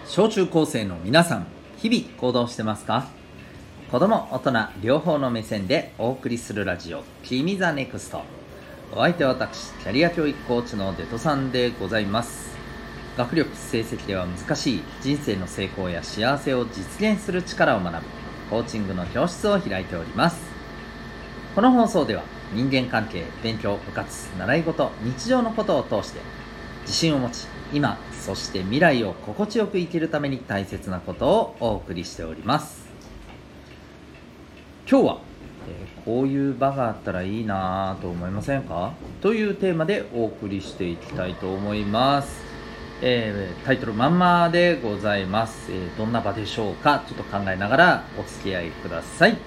小中高生の皆さん、日々行動してますか？子供、大人、両方の目線でお送りするラジオ、君ザネクスト。お相手は私、キャリア教育コーチのデトさんでございます。学力、成績では難しい人生の成功や幸せを実現する力を学ぶコーチングの教室を開いております。この放送では人間関係、勉強、部活、習い事、日常のことを通して自信を持ち、今、そして未来を心地よく生きるために大切なことをお送りしております。今日は、こういう場があったらいいなと思いませんか？というテーマでお送りしていきたいと思います。タイトルまんまでございます。どんな場でしょうか？ちょっと考えながらお付き合いください。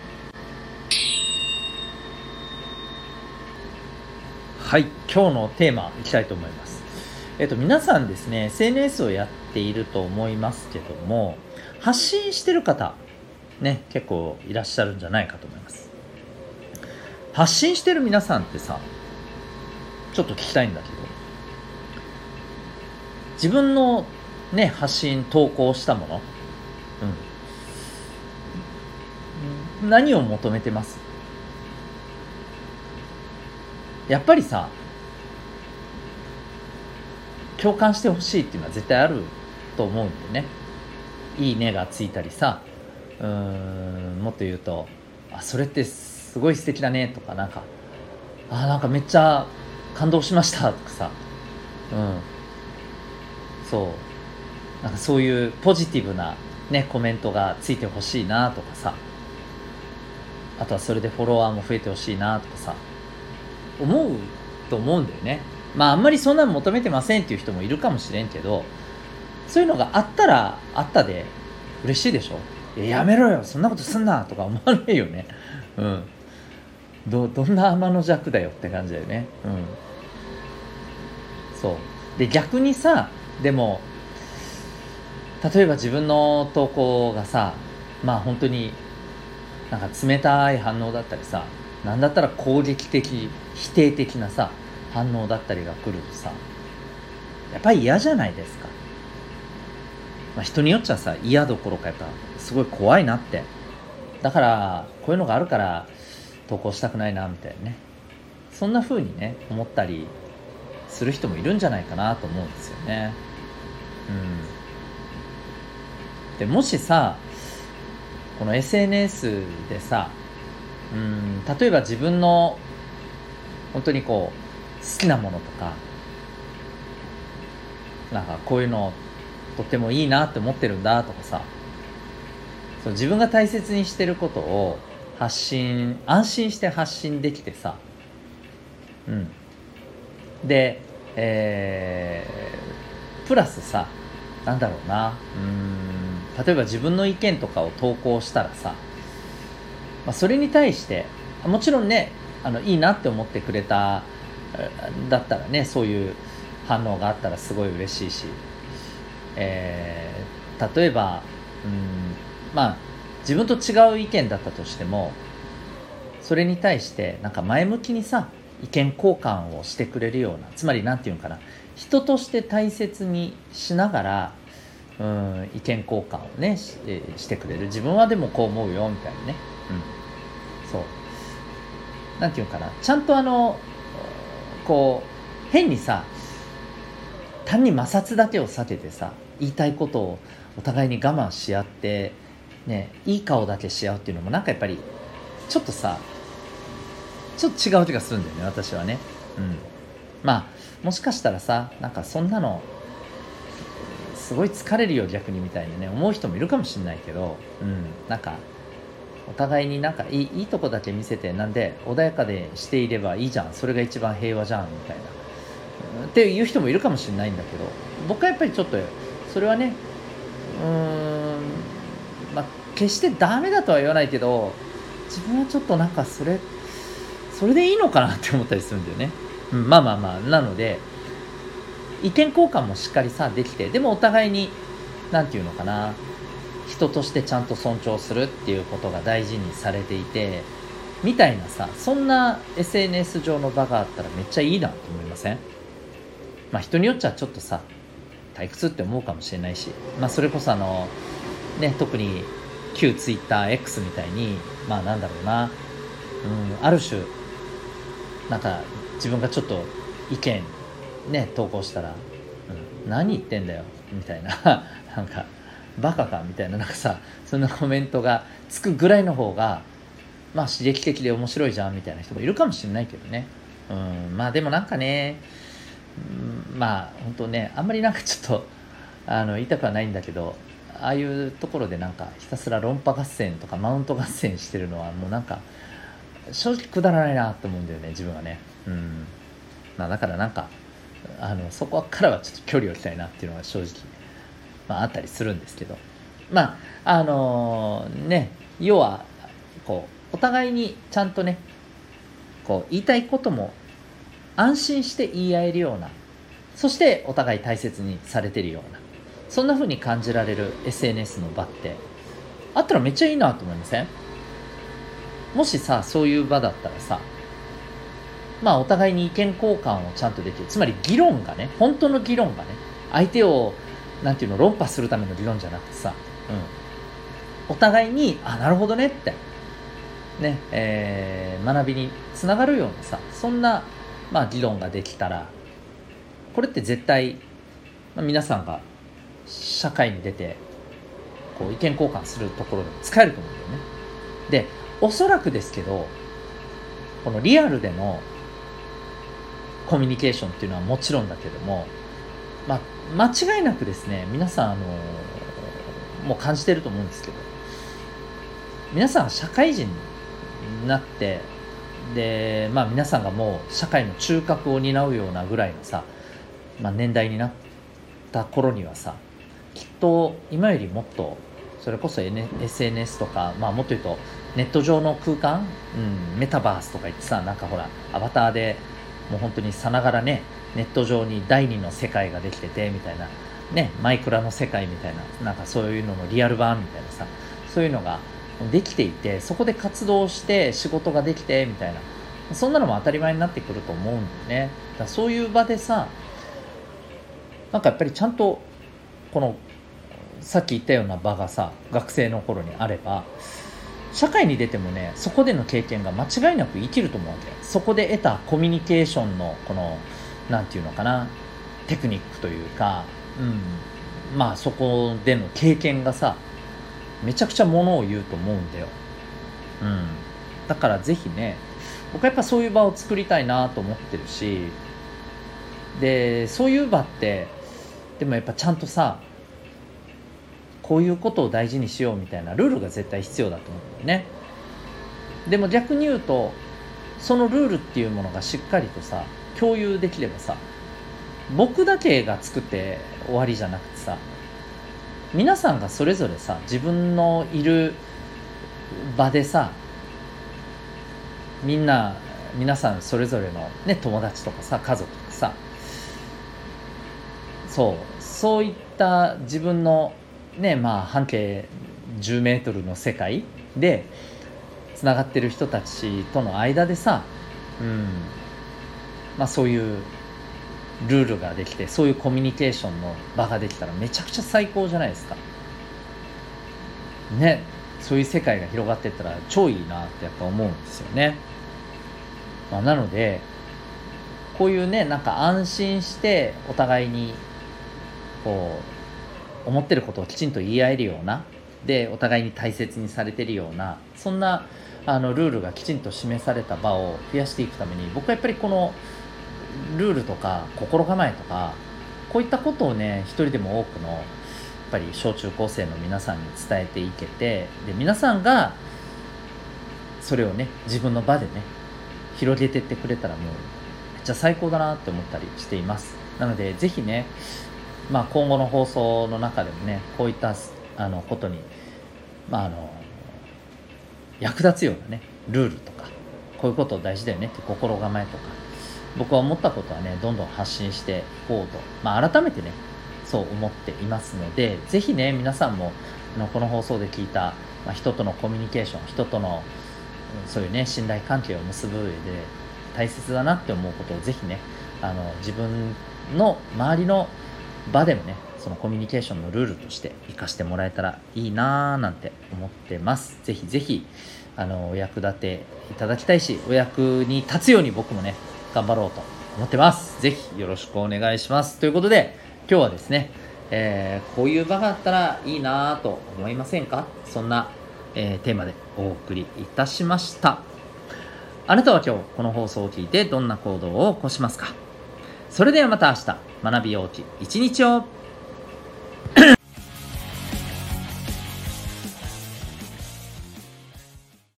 はい、今日のテーマいきたいと思います。皆さんですね、SNS をやっていると思いますけども、発信してる方ね、結構いらっしゃるんじゃないかと思います。発信してる皆さんってさ、ちょっと聞きたいんだけど、自分のね、発信投稿したもの、何を求めてます？やっぱりさ、共感してほしいっていうのは絶対あると思うんでね。いいねがついたりさ、もっと言うと、それってすごい素敵だねとか、なんかめっちゃ感動しましたとかさ、そうなんかそういうポジティブなねコメントがついてほしいなとかさ、あとはそれでフォロワーも増えてほしいなとかさ、思うと思うんだよね。あんまりそんなの求めてませんっていう人もいるかもしれんけど、そういうのがあったらあったで嬉しいでしょ。やめろよ、そんなことすんなとか思わないよね。どんな天の弱だよって感じだよね。そうで、逆にさ、でも例えば自分の投稿がさ、本当になんか冷たい反応だったりさ、なんだったら攻撃的、否定的なさ反応だったりが来るとさ、やっぱり嫌じゃないですか。人によっちゃさ、嫌どころかやっぱすごい怖いなって、だからこういうのがあるから投稿したくないなみたいなね、そんな風にね思ったりする人もいるんじゃないかなと思うんですよね。でもしさ、この SNS でさ、例えば自分の本当にこう好きなものとか、なんかこういうのとってもいいなって思ってるんだとかさ、そう自分が大切にしてることを安心して発信できてさ、で、プラスさ、なんだろうな、例えば自分の意見とかを投稿したらさ、それに対してもちろんね、いいなって思ってくれただったらね、そういう反応があったらすごい嬉しいし、例えば自分と違う意見だったとしても、それに対してなんか前向きにさ意見交換をしてくれるような、つまりなんていうのかな、人として大切にしながら意見交換をね してくれる、自分はでもこう思うよみたいなね、そうなんていうのかな、ちゃんとこう変にさ、単に摩擦だけを避けてさ、言いたいことをお互いに我慢し合ってね、いい顔だけし合うっていうのもなんかやっぱりちょっとさ、ちょっと違う気がするんだよね、私はね。もしかしたらさ、なんかそんなのすごい疲れるよ逆にみたいなね思う人もいるかもしれないけど、なんかお互いになんかいいとこだけ見せて、なんで穏やかでしていればいいじゃん、それが一番平和じゃんみたいなっていう人もいるかもしれないんだけど、僕はやっぱりちょっとそれはね、決してダメだとは言わないけど、自分はちょっとなんかそれでいいのかなって思ったりするんだよね。なので意見交換もしっかりさできて、でもお互いになんていうのかな、人としてちゃんと尊重するっていうことが大事にされていてみたいなさ、そんな SNS 上の場があったらめっちゃいいなと思いません？人によっちゃちょっとさ退屈って思うかもしれないし、それこそ特に旧ツイッター X みたいになんだろうな、ある種なんか自分がちょっと意見ね投稿したら、何言ってんだよみたいななんかバカかみたいな、なんかさ、そんなコメントがつくぐらいの方が刺激的で面白いじゃんみたいな人もいるかもしれないけどね。でもなんかね、本当ね、あんまりなんかちょっと言いたくはないんだけど、ああいうところでなんかひたすら論破合戦とかマウント合戦してるのはもうなんか正直くだらないなと思うんだよね、自分はね。だからなんかそこからはちょっと距離を置きたいなっていうのが正直、あったりするんですけど、要はこうお互いにちゃんとねこう言いたいことも安心して言い合えるような、そしてお互い大切にされてるような、そんな風に感じられる SNS の場ってあったらめっちゃいいなと思いません？もしさ、そういう場だったらさ、お互いに意見交換をちゃんとできる、つまり議論がね、本当の議論がね、相手を論破するための議論じゃなくてさ、お互いになるほどねってね、学びにつながるようなさ、そんな議論ができたら、これって絶対、皆さんが社会に出てこう意見交換するところでも使えると思うんだよね。で、おそらくですけど、このリアルでのコミュニケーションっていうのはもちろんだけども、間違いなくですね、皆さんもう感じてると思うんですけど、皆さん社会人になって、で皆さんがもう社会の中核を担うようなぐらいのさ、年代になった頃にはさ、きっと今よりもっとそれこそ、SNS とか、もっと言うとネット上の空間、メタバースとか言ってさ、なんかほらアバターでもう本当にさながらね、ネット上に第二の世界ができててみたいなね、マイクラの世界みたいな、なんかそういうののリアル版みたいなさ、そういうのができていて、そこで活動して仕事ができてみたいな、そんなのも当たり前になってくると思うんだよね。だからそういう場でさ、なんかやっぱりちゃんとこのさっき言ったような場がさ、学生の頃にあれば、社会に出てもね、そこでの経験が間違いなく生きると思うわけ。そこで得たコミュニケーションのこのなんていうのかな、テクニックというか、そこでの経験がさ、めちゃくちゃものを言うと思うんだよ。だからぜひね、僕はやっぱそういう場を作りたいなと思ってるし、でそういう場ってでもやっぱちゃんとさ、こういうことを大事にしようみたいなルールが絶対必要だと思うんだよね。でも逆に言うと、そのルールっていうものがしっかりとさ共有できればさ、僕だけが作って終わりじゃなくてさ、皆さんがそれぞれさ、自分のいる場でさ、皆さんそれぞれのね、友達とかさ、家族とかさ、そういった自分のね、半径10メートルの世界でつながってる人たちとの間でさ、そういうルールができて、そういうコミュニケーションの場ができたらめちゃくちゃ最高じゃないですかね。そういう世界が広がっていったら超いいなってやっぱ思うんですよね。なのでこういうね、なんか安心してお互いにこう思ってることをきちんと言い合えるような、でお互いに大切にされてるような、そんなルールがきちんと示された場を増やしていくために、僕はやっぱりこのルールとか心構えとか、こういったことをね、一人でも多くのやっぱり小中高生の皆さんに伝えていけて、で皆さんがそれをね、自分の場でね広げてってくれたら、もうめっちゃ最高だなって思ったりしています。なのでぜひね、今後の放送の中でもね、こういったことに役立つようなねルールとか、こういうこと大事だよねって心構えとか、僕は思ったことはね、どんどん発信していこうと、改めてねそう思っていますので、ぜひね、皆さんもこの放送で聞いた、人とのコミュニケーション、人とのそういうね信頼関係を結ぶ上で大切だなって思うことをぜひね、自分の周りの場でもね、そのコミュニケーションのルールとして活かしてもらえたらいいなーなんて思ってます。ぜひぜひお役立ていただきたいし、お役に立つように僕もね頑張ろうと思ってます。ぜひよろしくお願いします。ということで今日はですね、こういう場があったらいいなーと思いませんか？そんな、テーマでお送りいたしました。あなたは今日この放送を聞いてどんな行動を起こしますか？それではまた明日、学びようき一日を。